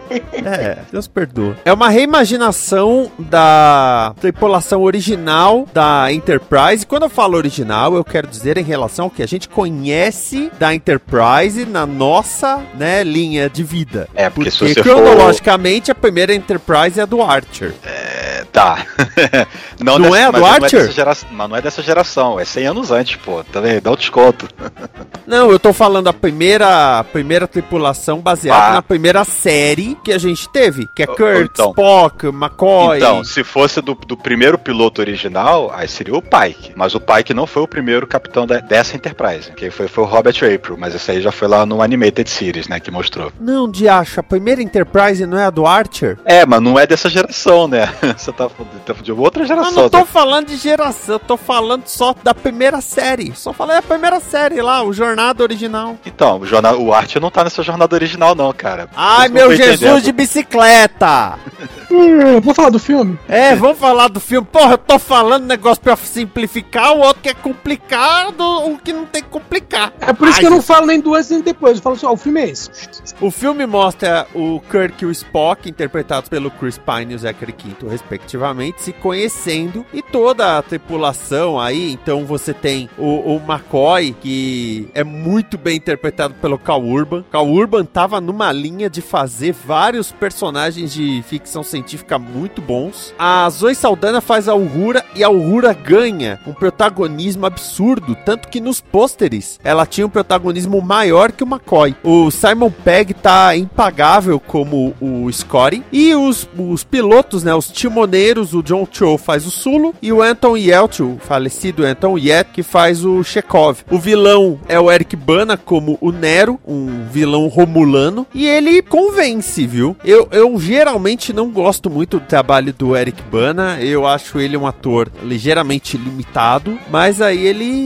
Speaker 7: Deus perdoa. É uma reimaginação da tripulação original da Enterprise. E quando eu falo original, eu quero dizer em relação ao que a gente conhece da Enterprise na nossa, né, linha de vida.
Speaker 6: Porque se
Speaker 7: porque
Speaker 6: você
Speaker 7: cronologicamente a primeira Enterprise é a do Archer.
Speaker 6: Tá.
Speaker 7: Não é a do Archer?
Speaker 6: Mas não é dessa geração, é 100 anos antes, pô. Também dá um desconto.
Speaker 7: Não, eu tô falando a primeira tripulação baseada na primeira série que a gente teve, que é Kirk,
Speaker 6: então,
Speaker 7: Spock, McCoy.
Speaker 6: Então, se fosse do primeiro piloto original, aí seria o Pike. Mas o Pike não foi o primeiro capitão dessa Enterprise. Quem foi o Robert April, mas esse aí já foi lá no Animated Series, né, que mostrou.
Speaker 7: Não, diacho, a primeira Enterprise não é a do Archer?
Speaker 6: Mas não é dessa geração, né? Você tá de outra geração.
Speaker 7: Eu não tô falando de geração, eu tô falando só da primeira série. Só falei a primeira série lá, o Jornada original.
Speaker 6: Então, o Archer não tá nessa jornada original não, cara.
Speaker 7: Ai, meu Jesus de bicicleta!
Speaker 4: Vou falar do filme?
Speaker 7: Vamos falar do filme. Porra, eu tô falando negócio pra simplificar, o outro quer complicar o que não tem que complicar.
Speaker 4: É por isso que eu não falo nem do antes nem depois. Eu falo só, o filme é esse.
Speaker 7: O filme mostra o Kirk e o Spock, interpretados pelo Chris Pine e o Zachary Quinto, respectivamente, se conhecendo, e toda a tripulação aí. Então você tem o McCoy, que é muito bem interpretado pelo Carl Urban. Carl Urban tava numa linha de fazer vários personagens de ficção científica muito bons. A Zoe Saldana faz a Uhura, e a Uhura ganha um protagonismo absurdo, tanto que nos pôsteres ela tinha um protagonismo maior que o McCoy. O Simon Pegg tá impagável como o Scotty, e os pilotos, né, os timoneiros, o John Cho faz o Sulu, e o Anton Yelchin, o falecido Anton Yelchin, que faz o Chekhov. O vilão é o Eric Bana como o Nero, um vilão romulano, e ele convence, viu? Eu geralmente não gosto muito do trabalho do Eric Bana, eu acho ele um ator ligeiramente limitado, mas aí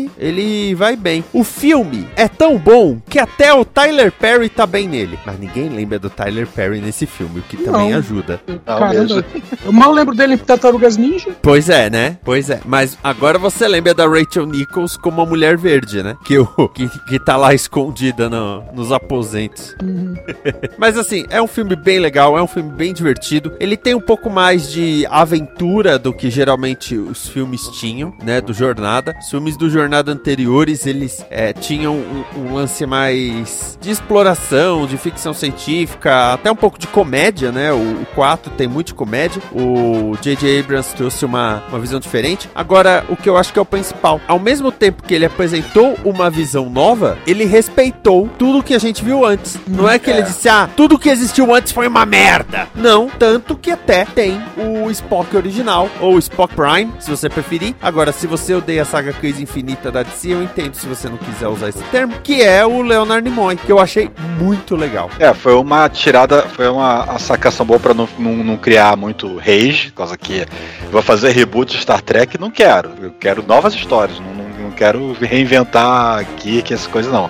Speaker 7: ele vai bem. O filme é tão bom que até o Tyler Perry tá bem nele, mas ninguém lembra do Tyler Perry nesse filme, o que também ajuda.
Speaker 4: Caramba, eu mal lembro dele em Tartarugas Ninja.
Speaker 7: Pois é, né? Pois é, mas agora você lembra da Rachel Nichols como a Mulher Verde, né? Que tá lá escondida nos aposentos. Mas assim, é um filme bem legal, é um filme bem divertido. Ele tem um pouco mais de aventura do que geralmente os filmes tinham, né, do Jornada. Os filmes do Jornada anteriores, eles tinham um lance mais de exploração, de ficção científica, até um pouco de comédia, né? O 4 tem muito de comédia. O J.J. Abrams trouxe uma visão diferente. Agora, o que eu acho que é o principal, ao mesmo tempo que ele apresentou uma visão nova, ele respeitou tudo que a gente viu antes. Não é que ele disse, tudo que existiu antes foi uma merda. Não, tanto que até tem o Spock original, ou Spock Prime, se você preferir. Agora, se você odeia a saga Crise Infinita da DC, eu entendo se você não quiser usar esse termo, que é o Leonard Nimoy, que eu achei muito legal.
Speaker 6: Foi uma tirada, foi uma sacação boa pra não criar muito rage, por causa que vou fazer reboot de Star Trek, não quero. Eu quero novas histórias, não quero reinventar aqui, que essas coisas não.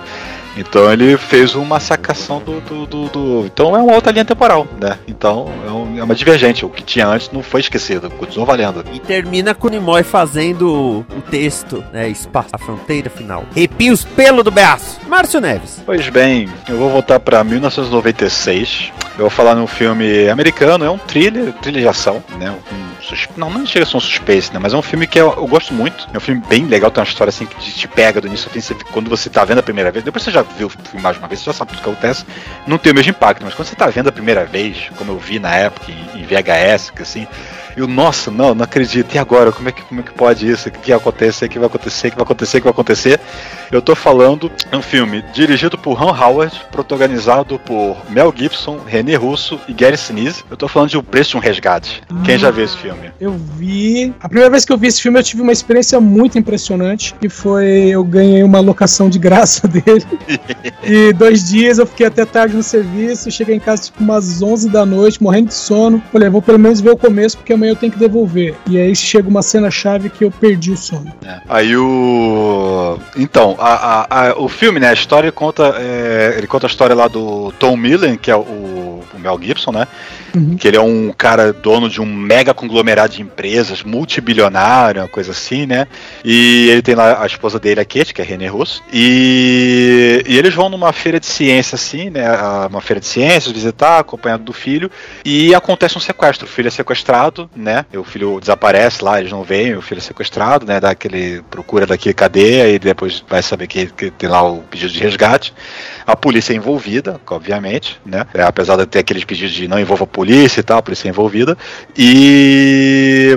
Speaker 6: Então ele fez uma sacação do... Então é uma outra linha temporal, né? Então é uma divergente. O que tinha antes não foi esquecido, continuou valendo.
Speaker 7: E termina com o Nimoy fazendo o texto, né? Espaço, a fronteira final. Arrepia os pelos do braço. Márcio Neves.
Speaker 6: Pois bem, eu vou voltar pra 1996. Eu vou falar num filme americano, é um thriller de ação, né? Não chega a ser um suspense, né? Mas é um filme que eu gosto muito. É um filme bem legal, tem uma história assim que te pega do início ao fim. Quando você tá vendo a primeira vez, depois você já viu o filme mais uma vez, você já sabe tudo que acontece, não tem o mesmo impacto. Mas quando você tá vendo a primeira vez, como eu vi na época em VHS, que assim, eu, nossa, não acredito. E agora? Como é que pode isso? O que vai acontecer? O que vai acontecer? O que vai acontecer? O que vai acontecer? Eu tô falando de um filme dirigido por Ron Howard, protagonizado por Mel Gibson, René Russo e Gary Sinise. Eu tô falando de O Preço de um Resgate. Quem já viu esse filme?
Speaker 4: Eu vi. A primeira vez que eu vi esse filme, eu tive uma experiência muito impressionante. Que foi, eu ganhei uma locação de graça dele. E 2 dias eu fiquei até tarde no serviço. Cheguei em casa tipo umas 11 da noite, morrendo de sono. Falei, vou pelo menos ver o começo, porque amanhã eu tenho que devolver. E aí chega uma cena-chave que eu perdi o sono.
Speaker 6: Aí Então, o filme, né? A história ele conta a história lá do Tom Millen, que é o Mel Gibson, né? Uhum. Que ele é um cara dono de um mega conglomerado de empresas, multibilionário, uma coisa assim, né? E ele tem lá a esposa dele, a Kate, que é a René Russo. E eles vão numa feira de ciência, assim, né? Uma feira de ciências, visitar, acompanhado do filho. E acontece um sequestro. O filho é sequestrado, né? O filho desaparece lá, eles não veem, o filho é sequestrado, né? Procura daqui cadeia e depois vai saber que tem lá o pedido de resgate. A polícia é envolvida, obviamente, né? Apesar de ter aqueles pedidos de não envolva a polícia e tal, a polícia é envolvida. E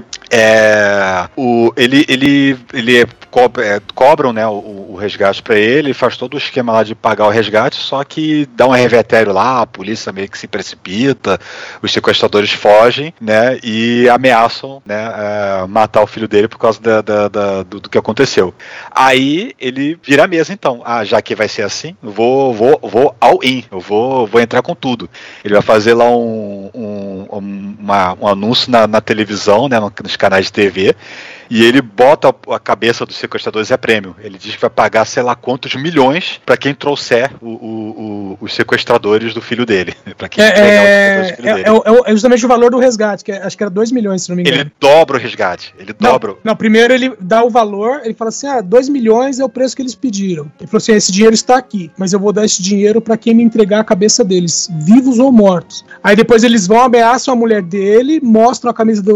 Speaker 6: cobram, né, o resgate pra ele, faz todo o esquema lá de pagar o resgate, só que dá um revertério lá, a polícia meio que se precipita, os sequestradores fogem, né, e ameaçam, né, matar o filho dele por causa do que aconteceu. Aí ele vira a mesa, então, já que vai ser assim, vou all in, eu vou entrar com tudo. Ele vai fazer lá um anúncio na televisão, né, nos canais de TV, e ele bota a cabeça dos sequestradores a prêmio. Ele diz que vai pagar sei lá quantos milhões para quem trouxer os sequestradores do filho dele. Para quem entregar os sequestradores do filho dele.
Speaker 4: É justamente o valor do resgate, que acho que era 2 milhões, se não me engano.
Speaker 6: Ele dobra o resgate.
Speaker 4: Não, primeiro ele dá o valor, ele fala assim, 2 milhões é o preço que eles pediram. Ele falou assim, esse dinheiro está aqui, mas eu vou dar esse dinheiro para quem me entregar a cabeça deles, vivos ou mortos. Aí depois eles vão, ameaçam a mulher dele, mostram a camisa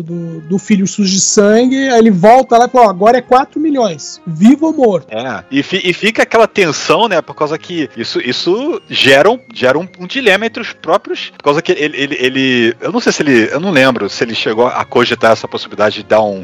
Speaker 4: do filho sujo de sangue. Aí ele volta lá e fala, agora é 4 milhões, vivo ou morto.
Speaker 6: E fica aquela tensão, né, por causa que isso gera um dilema entre os próprios, por causa que ele eu não sei se eu não lembro se ele chegou a cogitar essa possibilidade de dar um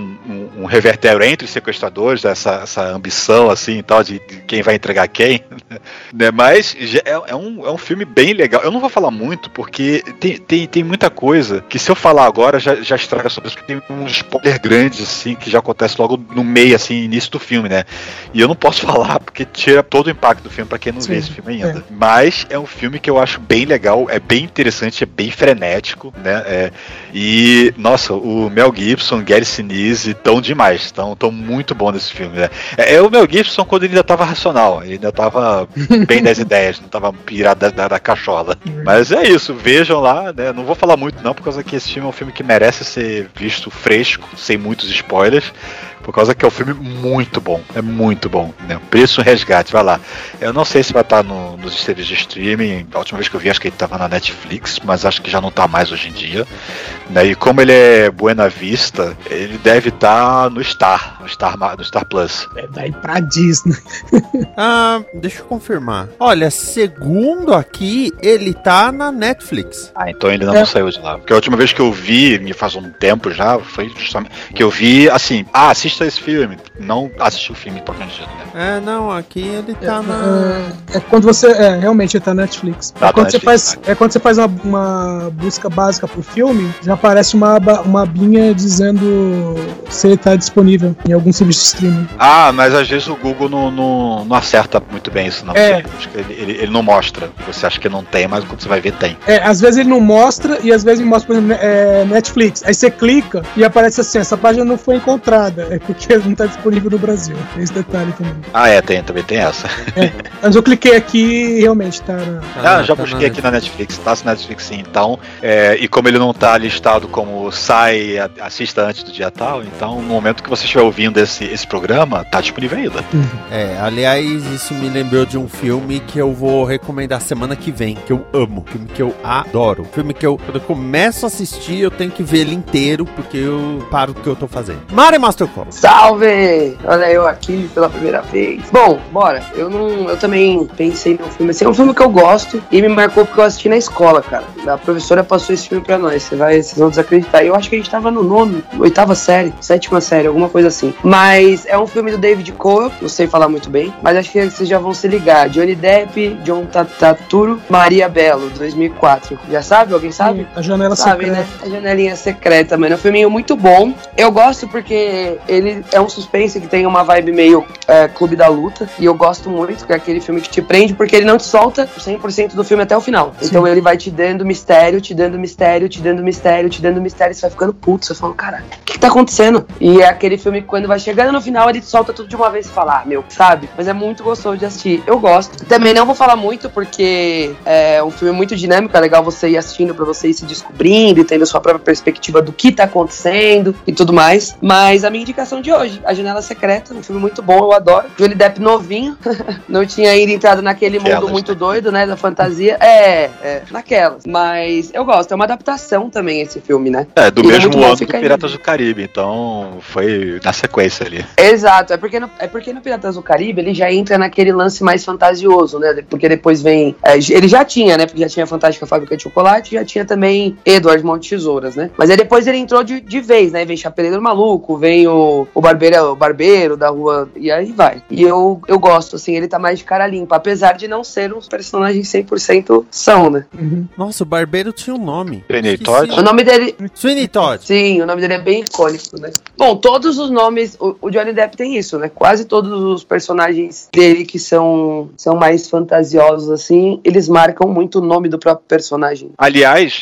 Speaker 6: revertério entre os sequestradores, essa ambição, assim, e tal, de quem vai entregar quem, né, mas é um filme bem legal. Eu não vou falar muito, porque tem muita coisa que se eu falar agora já estraga sobre isso, porque tem um spoiler grande, assim, que já acontece logo no meio, assim, início do filme, né? E eu não posso falar porque tira todo o impacto do filme pra quem não vê esse filme ainda. Mas é um filme que eu acho bem legal, é bem interessante, é bem frenético, né? E, nossa, o Mel Gibson, Gary Sinise estão demais, estão muito bom nesse filme, né? É o Mel Gibson quando ele ainda tava racional, ele ainda tava bem das ideias, não tava pirado da cachola. Mas é isso, vejam lá, né? Não vou falar muito não, por causa que esse filme é um filme que merece ser visto fresco, sem muitos spoilers, por causa que é um filme muito bom, né? Preço Resgate, vai lá. Eu não sei se vai estar nos serviços de streaming, a última vez que eu vi acho que ele estava na Netflix, mas acho que já não está mais hoje em dia, né? E como ele é Buena Vista, ele deve estar no Star Plus.
Speaker 4: Vai pra Disney.
Speaker 7: Deixa eu confirmar. Olha, segundo aqui, ele tá na Netflix.
Speaker 6: Então ele não saiu de lá. Porque a última vez que eu vi, me faz um tempo já, foi justamente que eu vi, assim, assista esse filme. Não assisti o filme, por qualquer jeito, né?
Speaker 7: Não, aqui ele tá na...
Speaker 4: quando você... realmente ele tá na Netflix. Quando você faz uma busca básica pro filme, já aparece uma abinha dizendo se ele tá disponível em algum serviço de streaming.
Speaker 6: Mas às vezes o Google não acerta muito bem isso, não. Ele não mostra. Você acha que não tem, mas quando você vai ver, tem.
Speaker 4: Às vezes ele não mostra, e às vezes ele mostra, por exemplo, Netflix. Aí você clica e aparece assim, essa página não foi encontrada. porque não tá disponível no Brasil. Tem esse detalhe também.
Speaker 6: Ah, também tem essa.
Speaker 4: Mas eu cliquei aqui e realmente tá na...
Speaker 6: Já busquei aqui na Netflix, tá na Netflix sim, então. E como ele não tá listado como assista antes do dia tal, então no momento que você estiver ouvindo esse programa, tá disponível ainda.
Speaker 7: Aliás, isso me lembrou de um filme que eu vou recomendar semana que vem, que eu amo, filme que eu adoro. Filme que quando eu começo a assistir, eu tenho que ver ele inteiro, porque eu paro o que eu tô fazendo. Mari Mastercall.
Speaker 5: Salve! Olha eu aqui pela primeira vez. Bom, bora. Eu também pensei num filme. Esse é um filme que eu gosto e me marcou porque eu assisti na escola, cara. A professora passou esse filme pra nós. Vocês vão desacreditar. Eu acho que a gente tava no 8ª série, 7ª série, alguma coisa assim. Mas é um filme do David Cole, não sei falar muito bem, mas acho que vocês já vão se ligar. Johnny Depp, John Turturro, Maria Bello, 2004. Já sabe? Alguém sabe?
Speaker 4: A Janela
Speaker 5: Sabe,
Speaker 4: Secreta.
Speaker 5: né? A Janelinha Secreta, mano. É um filminho muito bom. Eu gosto porque ele é um suspense que tem uma vibe meio Clube da Luta. E eu gosto muito, que é aquele filme que te prende, porque ele não te solta 100% do filme até o final. Sim. Então ele vai te dando mistério, te dando mistério, te dando mistério, te dando mistério. Você vai ficando puto. Você fala, cara, o que tá acontecendo? E é aquele filme que quando vai chegando no final, ele te solta tudo de uma vez e fala, sabe? Mas é muito gostoso de assistir. Eu gosto. Também não vou falar muito, porque é um filme muito dinâmico. É legal você ir assistindo pra você ir se descobrindo e tendo a sua própria perspectiva do que tá acontecendo e tudo mais. Mas a minha indicação de hoje, A Janela Secreta, um filme muito bom, eu adoro. Johnny Depp novinho, não tinha ainda entrado naquele mundo muito doido, né, da fantasia. Naquelas. Mas eu gosto, é uma adaptação também esse filme, né?
Speaker 6: Do mesmo ano do Piratas do Caribe, então foi na sequência ali.
Speaker 5: Exato, é porque no Piratas do Caribe ele já entra naquele lance mais fantasioso, né? Porque depois vem... ele já tinha, né? Porque já tinha a Fantástica Fábrica de Chocolate, já tinha também Edward Mão de Tesouras, né? Mas aí depois ele entrou de vez, né? Vem Chapeleiro Maluco, vem o barbeiro da rua, e aí vai. E eu gosto, assim, ele tá mais de cara limpa, apesar de não ser um personagem 100% são, né?
Speaker 7: Nossa, o barbeiro tinha um nome.
Speaker 6: Sweeney Todd?
Speaker 5: O nome dele...
Speaker 7: Sweeney Todd.
Speaker 5: Sim, o nome dele é bem icônico, né? Bom, todos os nomes... O Johnny Depp tem isso, né? Quase todos os personagens dele que são mais fantasiosos, assim, eles marcam muito o nome do próprio personagem.
Speaker 6: Aliás,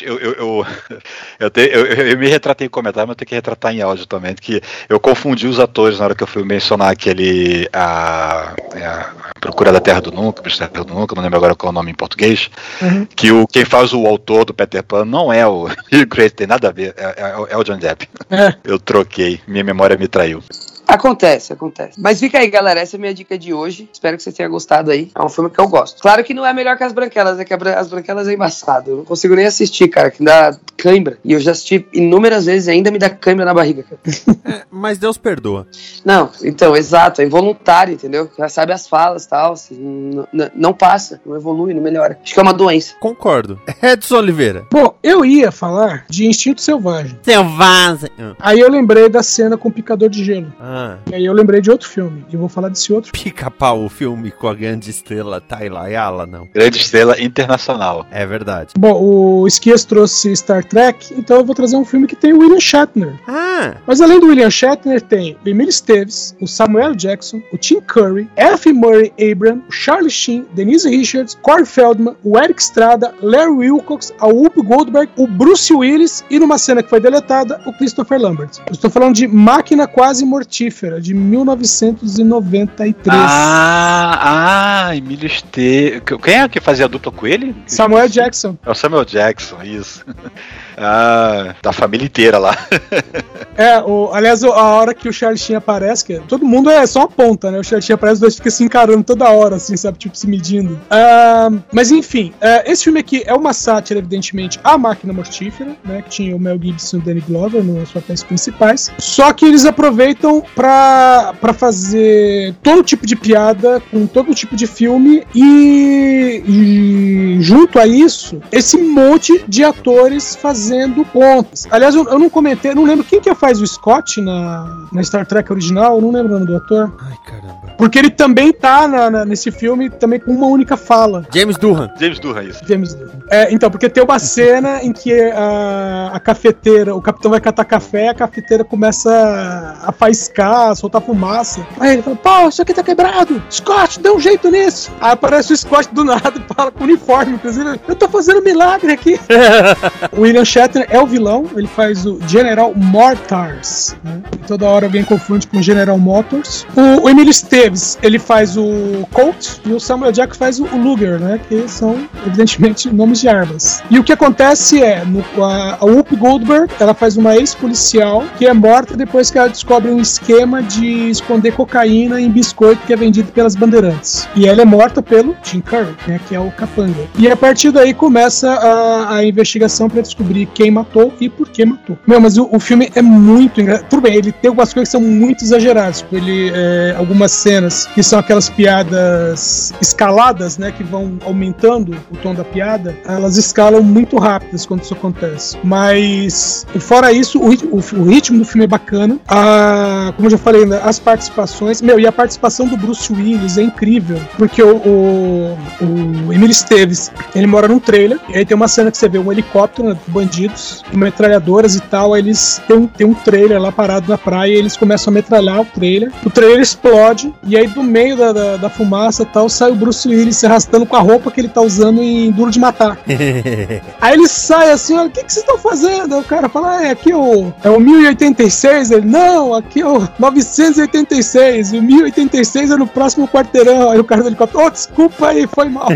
Speaker 6: eu me retratei em comentário, mas eu tenho que retratar em áudio também, que eu confundi os atores na hora que eu fui mencionar aquele... A Procura da Terra do Nunca, Mistério do Nunca, não lembro agora qual é o nome em português, que quem faz o autor do Peter Pan não é o Hugh Grant, tem nada a ver, é o Johnny Depp. Eu troquei, minha memória me traiu.
Speaker 5: Acontece. Mas fica aí, galera. Essa é a minha dica de hoje. Espero que vocês tenham gostado aí. É um filme que eu gosto. Claro que não é melhor que As Branquelas, é que As Branquelas é embaçado. Eu não consigo nem assistir, cara, que dá cãibra. E eu já assisti inúmeras vezes e ainda me dá cãibra na barriga, cara.
Speaker 7: Mas Deus perdoa.
Speaker 5: Não, então, exato. É involuntário, entendeu? Já sabe as falas e tal. Não passa, não evolui, não melhora. Acho que é uma doença.
Speaker 7: Concordo. Edson Oliveira.
Speaker 4: Bom, eu ia falar de Instinto Selvagem.
Speaker 7: Selvagem.
Speaker 4: Aí eu lembrei da cena com o Picador de Gelo. E aí eu lembrei de outro filme. E eu vou falar desse outro.
Speaker 7: Pica-Pau, o filme com a grande estrela Tayla, não.
Speaker 6: Grande estrela internacional.
Speaker 7: É verdade.
Speaker 4: Bom, o Esquias trouxe Star Trek, então eu vou trazer um filme que tem o William Shatner. Mas além do William Shatner, tem o Emílio Esteves, o Samuel Jackson, o Tim Curry, F. Murray Abraham, o Charlie Sheen, Denise Richards, Corey Feldman, o Eric Estrada, Larry Wilcox, a Whoopi Goldberg, o Bruce Willis e numa cena que foi deletada, o Christopher Lambert. Eu estou falando de Máquina Quase Mortífera, de 1993.
Speaker 6: Emílio Esteves. Quem é que fazia a dupla com ele?
Speaker 4: Samuel Jackson.
Speaker 6: É o Samuel Jackson, isso. Da família inteira lá.
Speaker 4: Aliás, a hora que o Charlie Sheen aparece, que todo mundo é só uma ponta, né? O Charlie Sheen aparece, os dois ficam se encarando toda hora, assim, sabe? Tipo, se medindo. Mas enfim, esse filme aqui é uma sátira, evidentemente, à Máquina Mortífera, né? Que tinha o Mel Gibson e o Danny Glover nos papéis principais. Só que eles aproveitam pra fazer todo tipo de piada com todo tipo de filme e junto a isso, esse monte de atores fazendo pontas. Aliás, eu não comentei, não lembro quem que faz o Scott na Star Trek original, eu não lembro o nome do ator.
Speaker 7: Ai, caramba.
Speaker 4: Porque ele também tá nesse filme também com uma única fala.
Speaker 7: James Doohan,
Speaker 6: isso.
Speaker 4: James Doohan. Então, porque tem uma cena em que a cafeteira, o capitão vai catar café, a cafeteira começa a faiscar, a soltar fumaça. Aí ele fala, pô, isso aqui tá quebrado. Scott, dê um jeito nisso. Aí aparece o Scott do nada e fala com o uniforme, inclusive, eu tô fazendo um milagre aqui. O William Shatner é o vilão, ele faz o General Motors, né? Toda hora alguém confunde com o General Motors. O Emílio Esteves, ele faz o Colt, e o Samuel Jackson faz o Luger, né? Que são, evidentemente, nomes de armas. E o que acontece é, a Whoopi Goldberg, ela faz uma ex-policial que é morta depois que ela descobre um esquema de esconder cocaína em biscoito que é vendido pelas bandeirantes. E ela é morta pelo Jim Carrey, né? Que é o capanga. E a partir daí começa a investigação pra descobrir quem matou e por que matou. Mas o filme é muito engraçado. Tudo bem, ele tem algumas coisas que são muito exageradas. Tipo, algumas cenas que são aquelas piadas escaladas, né? Que vão aumentando o tom da piada. Elas escalam muito rápidas quando isso acontece. Mas, fora isso, o ritmo do filme é bacana. Como eu já falei, né, as participações... e a participação do Bruce Willis é incrível. Porque o Emílio Esteves, ele mora num trailer. E aí tem uma cena que você vê um helicóptero, né, bandidos, metralhadoras e tal. Aí eles tem um trailer lá parado na praia e eles começam a metralhar o trailer explode e aí do meio da fumaça e tal sai o Bruce Willis se arrastando com a roupa que ele tá usando em Duro de Matar. Aí ele sai assim, olha, o que vocês estão fazendo? Aí o cara fala, aqui é o 1086, ele, não, aqui é o 986, e o 1086 é no próximo quarteirão. Aí o cara do helicóptero, desculpa aí, foi mal.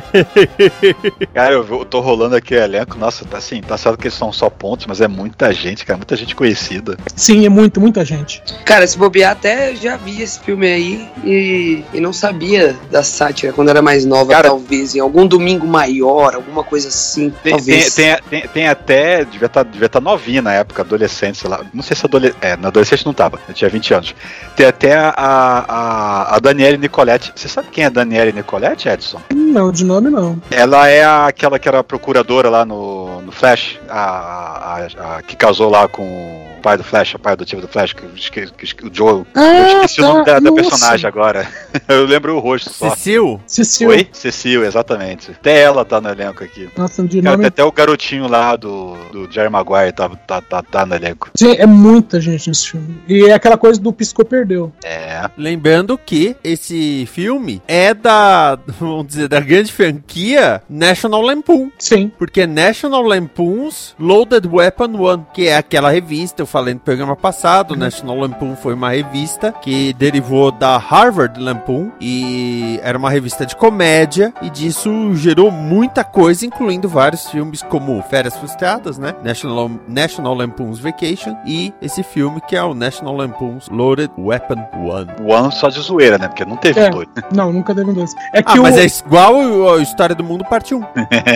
Speaker 6: Cara, eu tô rolando aqui o elenco, nossa, tá assim, tá certo que são só pontos, mas é muita gente, cara, muita gente conhecida.
Speaker 4: Sim, é muita gente.
Speaker 5: Cara, se bobear, até já vi esse filme aí e não sabia da sátira quando era mais nova, cara, talvez, em algum domingo maior, alguma coisa assim, talvez.
Speaker 6: Tem até, devia tá novinha na época, adolescente, sei lá, não sei se na adolescente não tava, eu tinha 20 anos. Tem até a Danielle Nicolette, você sabe quem é a Danielle Nicolette, Edson?
Speaker 4: Não, de nome não.
Speaker 6: Ela é aquela que era procuradora lá no Flash, a que casou lá com o pai do Flash, o pai adotivo do Flash, que o Joe... eu esqueci o nome da personagem agora. Eu lembro o rosto só.
Speaker 7: Cecil?
Speaker 6: Oi? Cecil, exatamente. Até ela tá no elenco aqui.
Speaker 4: Nossa, de
Speaker 6: cara,
Speaker 4: nome...
Speaker 6: Até o garotinho lá do Jerry Maguire tá no elenco.
Speaker 4: Sim, é muita gente nesse filme. E é aquela coisa do piscou, perdeu.
Speaker 7: Lembrando que esse filme é vamos dizer, da grande franquia National Lampoon.
Speaker 4: Sim.
Speaker 7: Porque National Lampoon's Loaded Weapon 1, que é aquela revista, eu falei no programa passado, National Lampoon foi uma revista que derivou da Harvard Lampoon e era uma revista de comédia e disso gerou muita coisa, incluindo vários filmes como Férias Frustradas, né? National Lampoon's Vacation e esse filme que é o National Lampoon's Loaded Weapon 1.
Speaker 6: O ano só de zoeira, né? Porque não teve dois.
Speaker 4: Não, nunca teve dois.
Speaker 7: Mas é igual a História do Mundo parte 1.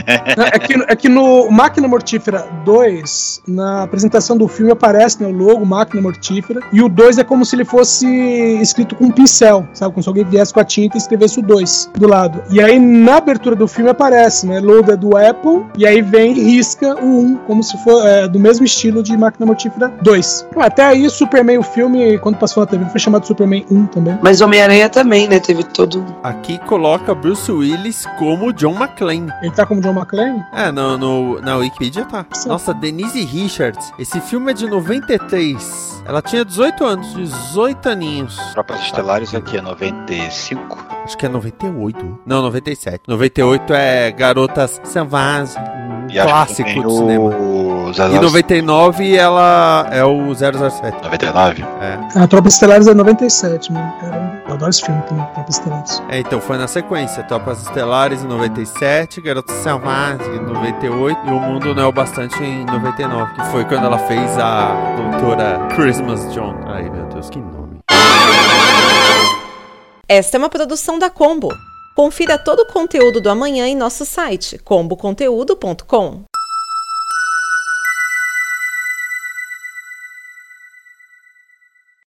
Speaker 4: É que no Máquina Mortífera 2, na apresentação do filme aparece, né, o logo Máquina Mortífera, e o 2 é como se ele fosse escrito com um pincel, sabe? Como se alguém viesse com a tinta e escrevesse o 2 do lado. E aí na abertura do filme aparece, né, Loaded Weapon, e aí vem e risca o 1, como se for do mesmo estilo de Máquina Mortífera 2. Até aí Superman, o filme, quando passou na TV, foi chamado Superman 1 também.
Speaker 5: Mas Homem-Aranha também, né? Teve todo...
Speaker 7: Aqui coloca Bruce Willis como John McClane.
Speaker 4: Ele tá como John McClane?
Speaker 7: Na Wikipedia tá. Sim. Nossa, Denise Richards. Esse filme é de 93. Ela tinha 18 anos. 18 aninhos.
Speaker 6: Tropas Estelares aqui é 95.
Speaker 7: Acho que é 98. Não, 97. 98 é Garotas Selvagens. Clássico do cinema. E 99 ela é o 007.
Speaker 6: 99?
Speaker 4: A Tropas Estelares é 97, mano. Caramba. Eu adoro esse filme também, Tropas Estelares.
Speaker 7: Então foi na sequência. Tropas Estelares em 97, Garotas Selvagens em 98 e O Mundo Não é o Bastante em 99. Que foi quando ela fez a doutora Christmas John. Ai, meu Deus, que nome.
Speaker 9: Esta é uma produção da Combo. Confira todo o conteúdo do amanhã em nosso site comboconteúdo.com.